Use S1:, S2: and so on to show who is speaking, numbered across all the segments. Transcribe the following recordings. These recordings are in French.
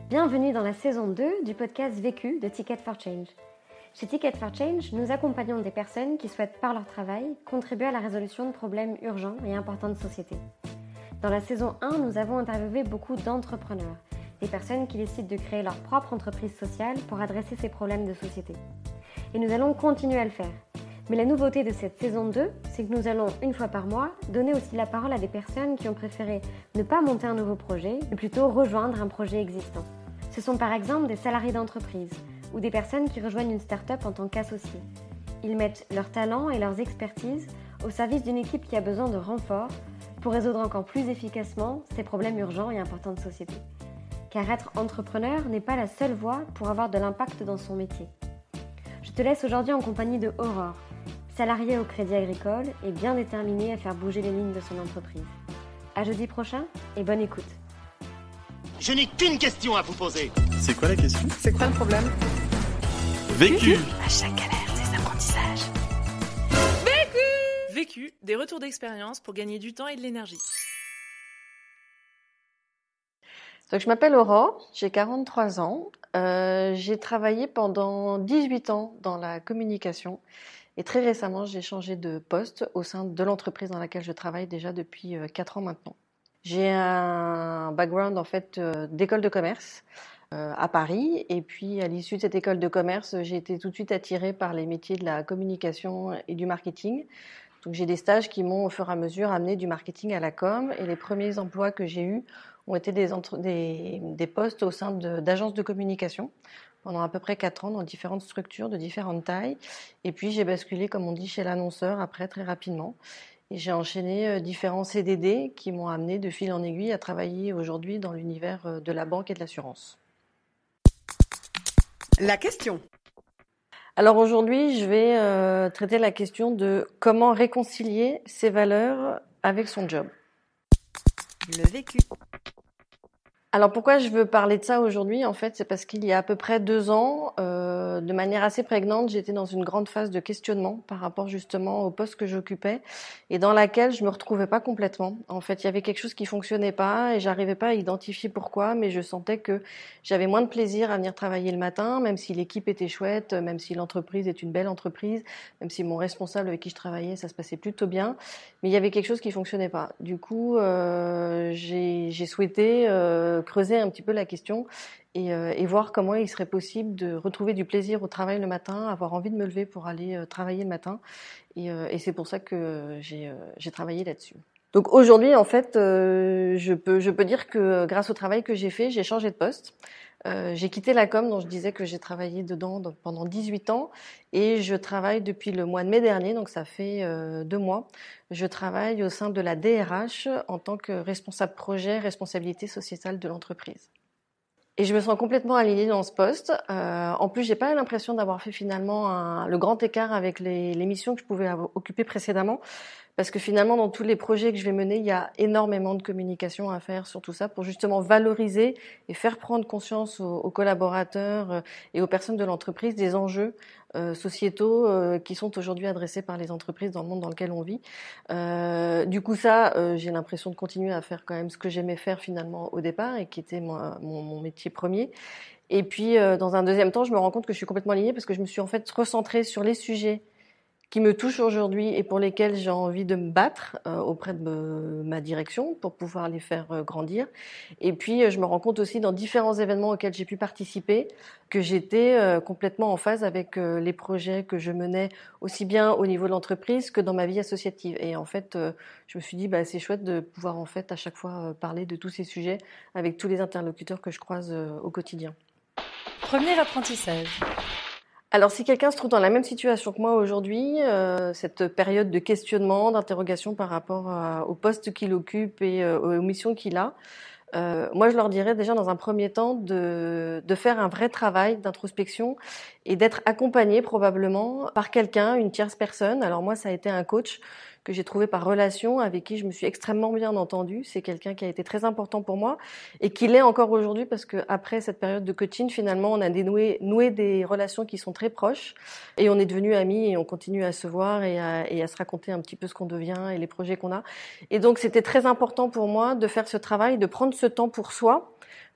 S1: Bienvenue dans la saison 2 du podcast Vécu de Ticket for Change. Chez Ticket for Change, nous accompagnons des personnes qui souhaitent par leur travail contribuer à la résolution de problèmes urgents et importants de société. Dans la saison 1, nous avons interviewé beaucoup d'entrepreneurs, des personnes qui décident de créer leur propre entreprise sociale pour adresser ces problèmes de société. Et nous allons continuer à le faire. Mais la nouveauté de cette saison 2, c'est que nous allons, une fois par mois, donner aussi la parole à des personnes qui ont préféré ne pas monter un nouveau projet, mais plutôt rejoindre un projet existant. Ce sont par exemple des salariés d'entreprise ou des personnes qui rejoignent une start-up en tant qu'associés. Ils mettent leurs talents et leurs expertises au service d'une équipe qui a besoin de renfort pour résoudre encore plus efficacement ces problèmes urgents et importants de société. Car être entrepreneur n'est pas la seule voie pour avoir de l'impact dans son métier. Je te laisse aujourd'hui en compagnie de Aurore, salariée au Crédit Agricole et bien déterminée à faire bouger les lignes de son entreprise. À jeudi prochain et bonne écoute.
S2: Je n'ai qu'une question à vous poser.
S3: C'est quoi la question?
S4: C'est quoi le problème?
S3: Vécu.
S4: À chaque galère, des apprentissages.
S5: Vécu, des retours d'expérience pour gagner du temps et de l'énergie.
S4: Donc, je m'appelle Aurore, j'ai 43 ans. J'ai travaillé pendant 18 ans dans la communication et très récemment, j'ai changé de poste au sein de l'entreprise dans laquelle je travaille déjà depuis 4 ans maintenant. J'ai un background en fait d'école de commerce à Paris et puis à l'issue de cette école de commerce, j'ai été tout de suite attirée par les métiers de la communication et du marketing. Donc j'ai des stages qui m'ont au fur et à mesure amené du marketing à la com et les premiers emplois que j'ai eus ont été des postes au sein d'agences de communication pendant à peu près 4 ans dans différentes structures de différentes tailles. Et puis j'ai basculé, comme on dit, chez l'annonceur après très rapidement. Et j'ai enchaîné différents CDD qui m'ont amené de fil en aiguille à travailler aujourd'hui dans l'univers de la banque et de l'assurance.
S6: La question.
S4: Alors aujourd'hui, je vais traiter la question de comment réconcilier ses valeurs avec son job.
S6: Le vécu.
S4: Alors pourquoi je veux parler de ça aujourd'hui? En fait, c'est parce qu'il y a à peu près 2 ans, de manière assez prégnante, j'étais dans une grande phase de questionnement par rapport justement au poste que j'occupais et dans laquelle je me retrouvais pas complètement. En fait, il y avait quelque chose qui fonctionnait pas et j'arrivais pas à identifier pourquoi, mais je sentais que j'avais moins de plaisir à venir travailler le matin, même si l'équipe était chouette, même si l'entreprise est une belle entreprise, même si mon responsable avec qui je travaillais, ça se passait plutôt bien, mais il y avait quelque chose qui fonctionnait pas. Du coup, j'ai souhaité creuser un petit peu la question et voir comment il serait possible de retrouver du plaisir au travail le matin, avoir envie de me lever pour aller travailler le matin. Et c'est pour ça que j'ai travaillé là-dessus. Donc aujourd'hui, en fait, je peux dire que grâce au travail que j'ai fait, j'ai changé de poste. J'ai quitté la com dont je disais que j'ai travaillé dedans pendant 18 ans et je travaille depuis le mois de mai dernier, donc ça fait 2 mois. Je travaille au sein de la DRH en tant que responsable projet, responsabilité sociétale de l'entreprise. Et je me sens complètement alignée dans ce poste. En plus, j'ai pas l'impression d'avoir fait finalement le grand écart avec les missions que je pouvais occuper précédemment. Parce que finalement, dans tous les projets que je vais mener, il y a énormément de communication à faire sur tout ça pour justement valoriser et faire prendre conscience aux collaborateurs et aux personnes de l'entreprise des enjeux sociétaux qui sont aujourd'hui adressés par les entreprises dans le monde dans lequel on vit. Du coup, j'ai l'impression de continuer à faire quand même ce que j'aimais faire finalement au départ et qui était mon métier premier. Et puis, dans un deuxième temps, je me rends compte que je suis complètement alignée parce que je me suis en fait recentrée sur les sujets qui me touchent aujourd'hui et pour lesquels j'ai envie de me battre auprès de ma direction pour pouvoir les faire grandir. Et puis, je me rends compte aussi dans différents événements auxquels j'ai pu participer que j'étais complètement en phase avec les projets que je menais aussi bien au niveau de l'entreprise que dans ma vie associative. Et en fait, je me suis dit, c'est chouette de pouvoir en fait à chaque fois parler de tous ces sujets avec tous les interlocuteurs que je croise au quotidien.
S5: Premier apprentissage.
S4: Alors, si quelqu'un se trouve dans la même situation que moi aujourd'hui, cette période de questionnement, d'interrogation par rapport au poste qu'il occupe et aux missions qu'il a, moi, je leur dirais déjà dans un premier temps de faire un vrai travail d'introspection et d'être accompagné probablement par quelqu'un, une tierce personne. Alors moi, ça a été un coach que j'ai trouvé par relation, avec qui je me suis extrêmement bien entendue. C'est quelqu'un qui a été très important pour moi et qui l'est encore aujourd'hui parce que après cette période de coaching, finalement, on a noué des relations qui sont très proches et on est devenus amis et on continue à se voir et à se raconter un petit peu ce qu'on devient et les projets qu'on a. Et donc, c'était très important pour moi de faire ce travail, de prendre ce temps pour soi,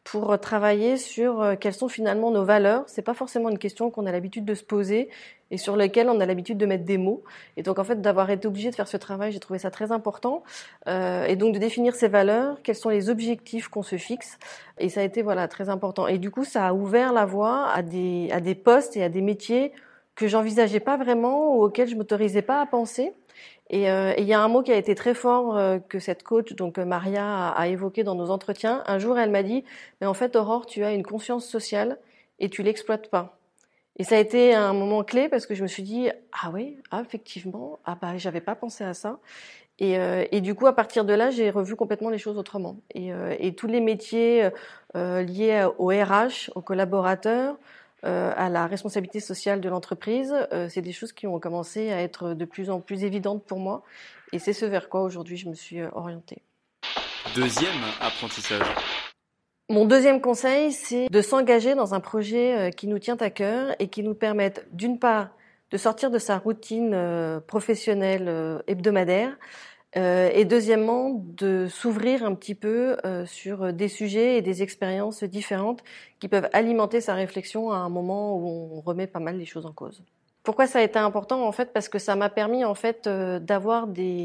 S4: pour travailler sur quelles sont finalement nos valeurs. C'est pas forcément une question qu'on a l'habitude de se poser et sur laquelle on a l'habitude de mettre des mots. Et donc en fait, d'avoir été obligée de faire ce travail, j'ai trouvé ça très important. Et donc de définir ces valeurs, quels sont les objectifs qu'on se fixe. Et ça a été très important. Et du coup, ça a ouvert la voie à des postes et à des métiers que j'envisageais pas vraiment ou auxquels je m'autorisais pas à penser. Et il y a un mot qui a été très fort que cette coach, donc Maria, a évoqué dans nos entretiens. Un jour, elle m'a dit « Mais en fait, Aurore, tu as une conscience sociale et tu l'exploites pas. » Et ça a été un moment clé parce que je me suis dit « Ah oui, effectivement, j'avais pas pensé à ça. » Et du coup, à partir de là, j'ai revu complètement les choses autrement. Et tous les métiers liés au RH, aux collaborateurs, à la responsabilité sociale de l'entreprise, c'est des choses qui ont commencé à être de plus en plus évidentes pour moi. Et c'est ce vers quoi aujourd'hui je me suis orientée.
S3: Deuxième apprentissage.
S4: Mon deuxième conseil, c'est de s'engager dans un projet qui nous tient à cœur et qui nous permette, d'une part, de sortir de sa routine professionnelle hebdomadaire, et deuxièmement, de s'ouvrir un petit peu sur des sujets et des expériences différentes qui peuvent alimenter sa réflexion à un moment où on remet pas mal les choses en cause. Pourquoi ça a été important en fait? Parce que ça m'a permis en fait d'avoir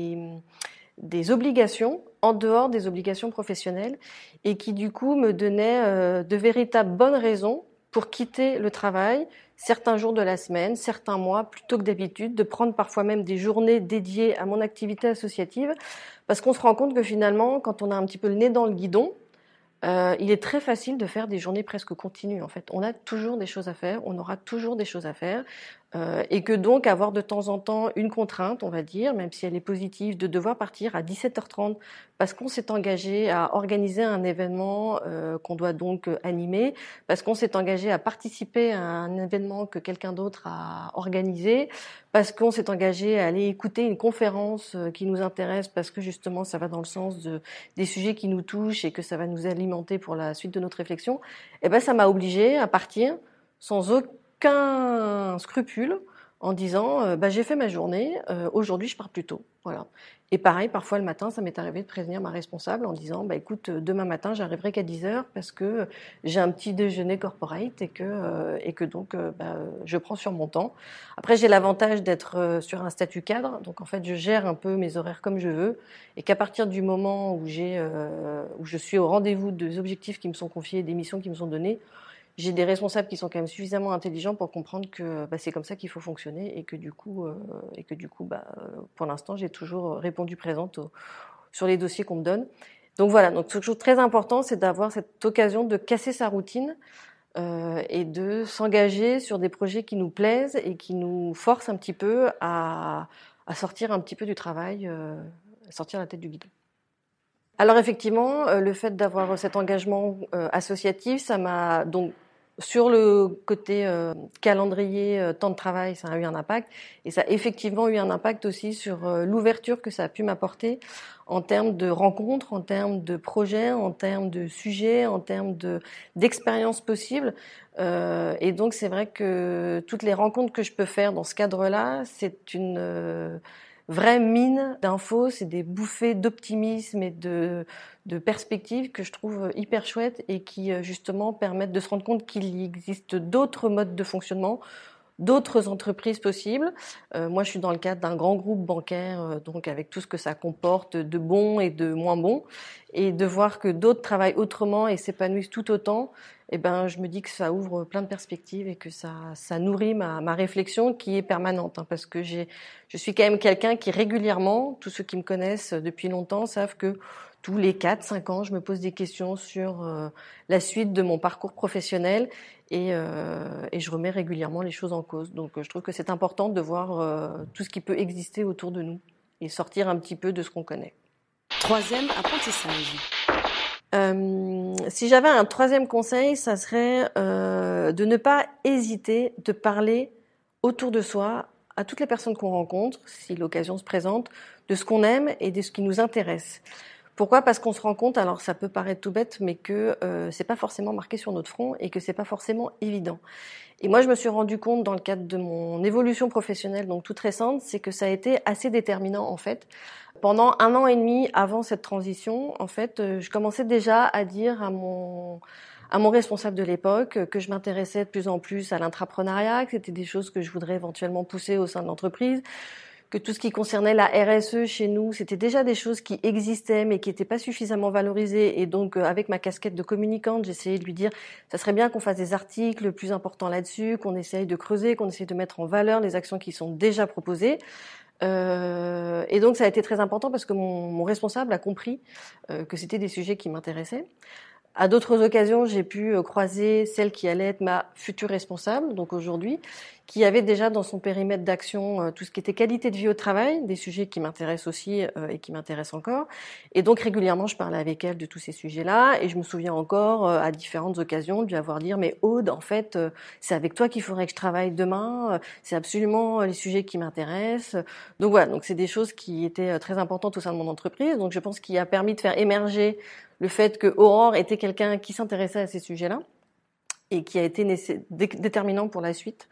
S4: des obligations en dehors des obligations professionnelles et qui du coup me donnaient de véritables bonnes raisons pour quitter le travail certains jours de la semaine, certains mois, plutôt que d'habitude, de prendre parfois même des journées dédiées à mon activité associative, parce qu'on se rend compte que finalement, quand on a un petit peu le nez dans le guidon, il est très facile de faire des journées presque continues. En fait, on a toujours des choses à faire, on aura toujours des choses à faire, et que donc avoir de temps en temps une contrainte, on va dire, même si elle est positive, de devoir partir à 17h30 parce qu'on s'est engagé à organiser un événement qu'on doit donc animer, parce qu'on s'est engagé à participer à un événement que quelqu'un d'autre a organisé, parce qu'on s'est engagé à aller écouter une conférence qui nous intéresse, parce que justement ça va dans le sens des sujets qui nous touchent et que ça va nous alimenter pour la suite de notre réflexion. Et ben ça m'a obligée à partir sans aucun scrupule en disant j'ai fait ma journée, aujourd'hui je pars plus tôt. Voilà. Et pareil, parfois le matin, ça m'est arrivé de prévenir ma responsable en disant écoute, demain matin, j'arriverai qu'à 10h parce que j'ai un petit déjeuner corporate et que donc je prends sur mon temps. Après, j'ai l'avantage d'être sur un statut cadre, donc en fait, je gère un peu mes horaires comme je veux et qu'à partir du moment où je suis au rendez-vous des objectifs qui me sont confiés, des missions qui me sont données, j'ai des responsables qui sont quand même suffisamment intelligents pour comprendre que c'est comme ça qu'il faut fonctionner et que du coup pour l'instant j'ai toujours répondu présente sur les dossiers qu'on me donne. Donc voilà, donc ce chose très important, c'est d'avoir cette occasion de casser sa routine et de s'engager sur des projets qui nous plaisent et qui nous forcent un petit peu à sortir un petit peu du travail, à sortir la tête du guidon. Alors effectivement, le fait d'avoir cet engagement associatif, ça m'a donc sur le côté calendrier, temps de travail, ça a eu un impact et ça a effectivement eu un impact aussi sur l'ouverture que ça a pu m'apporter en termes de rencontres, en termes de projets, en termes de sujets, en termes d'expériences possibles. Et donc c'est vrai que toutes les rencontres que je peux faire dans ce cadre-là, c'est une vraie mine d'infos, c'est des bouffées d'optimisme et de perspectives que je trouve hyper chouettes et qui justement permettent de se rendre compte qu'il existe d'autres modes de fonctionnement, d'autres entreprises possibles. Moi, je suis dans le cadre d'un grand groupe bancaire, donc avec tout ce que ça comporte de bon et de moins bon, et de voir que d'autres travaillent autrement et s'épanouissent tout autant. Je me dis que ça ouvre plein de perspectives et que ça nourrit ma réflexion qui est permanente, parce que je suis quand même quelqu'un qui régulièrement, tous ceux qui me connaissent depuis longtemps savent que tous les 4-5 ans, je me pose des questions sur la suite de mon parcours professionnel et je remets régulièrement les choses en cause. Donc je trouve que c'est important de voir tout ce qui peut exister autour de nous et sortir un petit peu de ce qu'on connaît.
S6: Troisième apprentissage.
S4: Si j'avais un troisième conseil, ça serait de ne pas hésiter de parler autour de soi à toutes les personnes qu'on rencontre, si l'occasion se présente, de ce qu'on aime et de ce qui nous intéresse. Pourquoi ? Parce qu'on se rend compte, alors ça peut paraître tout bête, mais que c'est pas forcément marqué sur notre front et que c'est pas forcément évident. Et moi, je me suis rendu compte dans le cadre de mon évolution professionnelle, donc toute récente, c'est que ça a été assez déterminant en fait. Pendant 1 an et demi avant cette transition, en fait, je commençais déjà à dire à mon responsable de l'époque que je m'intéressais de plus en plus à l'intrapreneuriat, que c'était des choses que je voudrais éventuellement pousser au sein de l'entreprise, que tout ce qui concernait la RSE chez nous, c'était déjà des choses qui existaient mais qui n'étaient pas suffisamment valorisées. Et donc, avec ma casquette de communicante, j'essayais de lui dire ça serait bien qu'on fasse des articles plus importants là-dessus, qu'on essaye de creuser, qu'on essaye de mettre en valeur les actions qui sont déjà proposées. Et donc, ça a été très important parce que mon responsable a compris que c'était des sujets qui m'intéressaient. À d'autres occasions, j'ai pu croiser celle qui allait être ma future responsable, donc aujourd'hui, qui avait déjà dans son périmètre d'action tout ce qui était qualité de vie au travail, des sujets qui m'intéressent aussi et qui m'intéressent encore. Et donc régulièrement, je parlais avec elle de tous ces sujets-là. Et je me souviens encore à différentes occasions de lui avoir dit « Mais Aude, en fait, c'est avec toi qu'il faudrait que je travaille demain. C'est absolument les sujets qui m'intéressent. » Donc voilà, donc c'est des choses qui étaient très importantes au sein de mon entreprise. Donc je pense qu'il a permis de faire émerger le fait que Aurore était quelqu'un qui s'intéressait à ces sujets-là et qui a été déterminant pour la suite,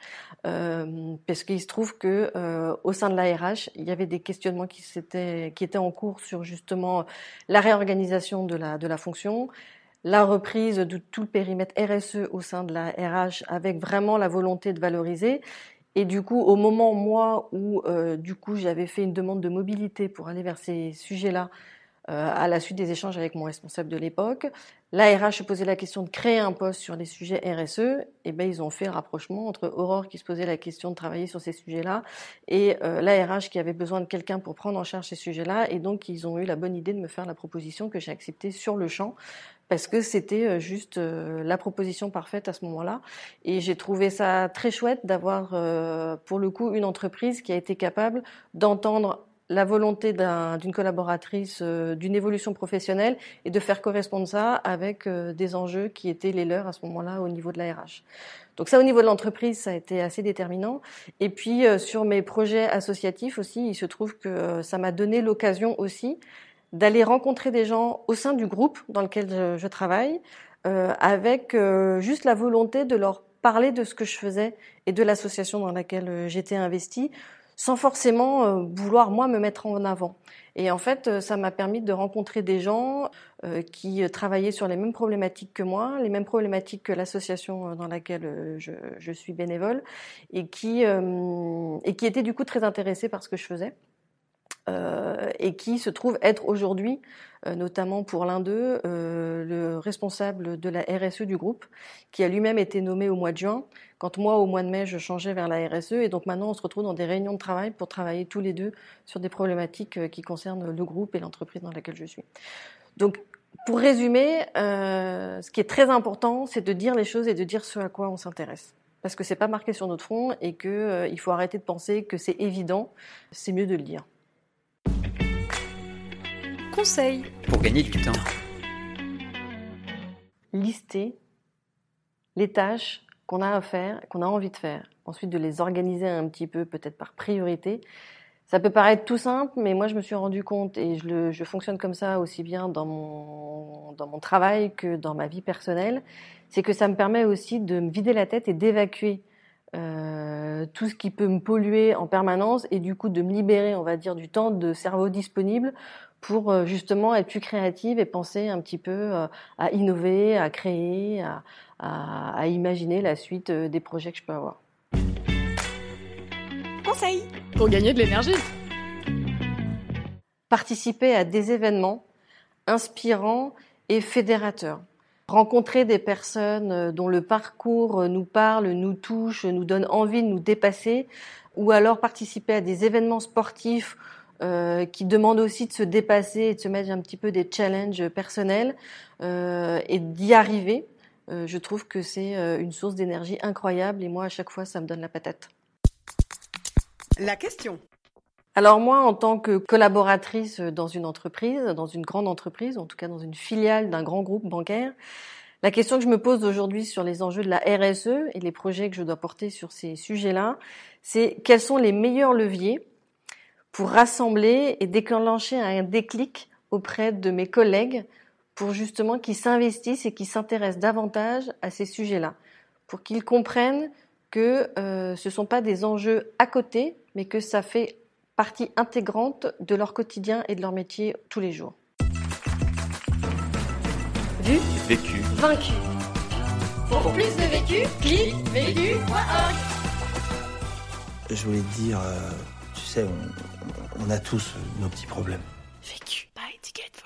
S4: parce qu'il se trouve que au sein de la RH, il y avait des questionnements qui étaient en cours sur justement la réorganisation de la fonction, la reprise de tout le périmètre RSE au sein de la RH avec vraiment la volonté de valoriser. Et du coup, au moment moi où du coup j'avais fait une demande de mobilité pour aller vers ces sujets-là, à la suite des échanges avec mon responsable de l'époque, la RH se posait la question de créer un poste sur les sujets RSE. Et ben ils ont fait le rapprochement entre Aurore qui se posait la question de travailler sur ces sujets-là et la RH qui avait besoin de quelqu'un pour prendre en charge ces sujets-là. Et donc ils ont eu la bonne idée de me faire la proposition que j'ai acceptée sur le champ parce que c'était juste la proposition parfaite à ce moment-là. Et j'ai trouvé ça très chouette d'avoir pour le coup une entreprise qui a été capable d'entendre la volonté d'une collaboratrice, d'une évolution professionnelle et de faire correspondre ça avec des enjeux qui étaient les leurs à ce moment-là au niveau de la RH. Donc ça, au niveau de l'entreprise, ça a été assez déterminant. Et puis sur mes projets associatifs aussi, il se trouve que ça m'a donné l'occasion aussi d'aller rencontrer des gens au sein du groupe dans lequel je travaille, avec juste la volonté de leur parler de ce que je faisais et de l'association dans laquelle j'étais investie, sans forcément vouloir, moi, me mettre en avant. Et en fait, ça m'a permis de rencontrer des gens qui travaillaient sur les mêmes problématiques que moi, les mêmes problématiques que l'association dans laquelle je suis bénévole, et qui étaient du coup très intéressés par ce que je faisais. Et qui se trouve être aujourd'hui, notamment pour l'un d'eux, le responsable de la RSE du groupe, qui a lui-même été nommé au mois de juin, quand moi, au mois de mai, je changeais vers la RSE. Et donc maintenant, on se retrouve dans des réunions de travail pour travailler tous les deux sur des problématiques qui concernent le groupe et l'entreprise dans laquelle je suis. Donc, pour résumer, ce qui est très important, c'est de dire les choses et de dire ce à quoi on s'intéresse. Parce que c'est pas marqué sur notre front et que il faut arrêter de penser que c'est évident. C'est mieux de le dire.
S5: Conseil
S3: pour gagner du temps.
S4: Lister les tâches qu'on a à faire, qu'on a envie de faire. Ensuite, de les organiser un petit peu, peut-être par priorité. Ça peut paraître tout simple, mais moi, je me suis rendu compte, et je fonctionne comme ça aussi bien dans mon travail que dans ma vie personnelle, c'est que ça me permet aussi de me vider la tête et d'évacuer tout ce qui peut me polluer en permanence et du coup de me libérer, on va dire, du temps de cerveau disponible pour justement être plus créative et penser un petit peu à innover, à créer, à imaginer la suite des projets que je peux avoir.
S5: Conseil pour gagner de l'énergie.
S4: Participer à des événements inspirants et fédérateurs. Rencontrer des personnes dont le parcours nous parle, nous touche, nous donne envie de nous dépasser, ou alors participer à des événements sportifs qui demandent aussi de se dépasser et de se mettre un petit peu des challenges personnels et d'y arriver. Je trouve que c'est une source d'énergie incroyable et moi, à chaque fois, ça me donne la patate.
S6: La question.
S4: Alors moi, en tant que collaboratrice dans une entreprise, dans une grande entreprise, en tout cas dans une filiale d'un grand groupe bancaire, la question que je me pose aujourd'hui sur les enjeux de la RSE et les projets que je dois porter sur ces sujets-là, c'est quels sont les meilleurs leviers pour rassembler et déclencher un déclic auprès de mes collègues pour justement qu'ils s'investissent et qu'ils s'intéressent davantage à ces sujets-là, pour qu'ils comprennent que ce ne sont pas des enjeux à côté, mais que ça fait partie intégrante de leur quotidien et de leur métier tous les jours.
S1: Vu,
S3: Vécu,
S1: vaincu.
S5: Pour plus de vécu, clique vécu.org.
S7: Je voulais te dire, tu sais, on a tous nos petits problèmes.
S5: Vécu by Ticket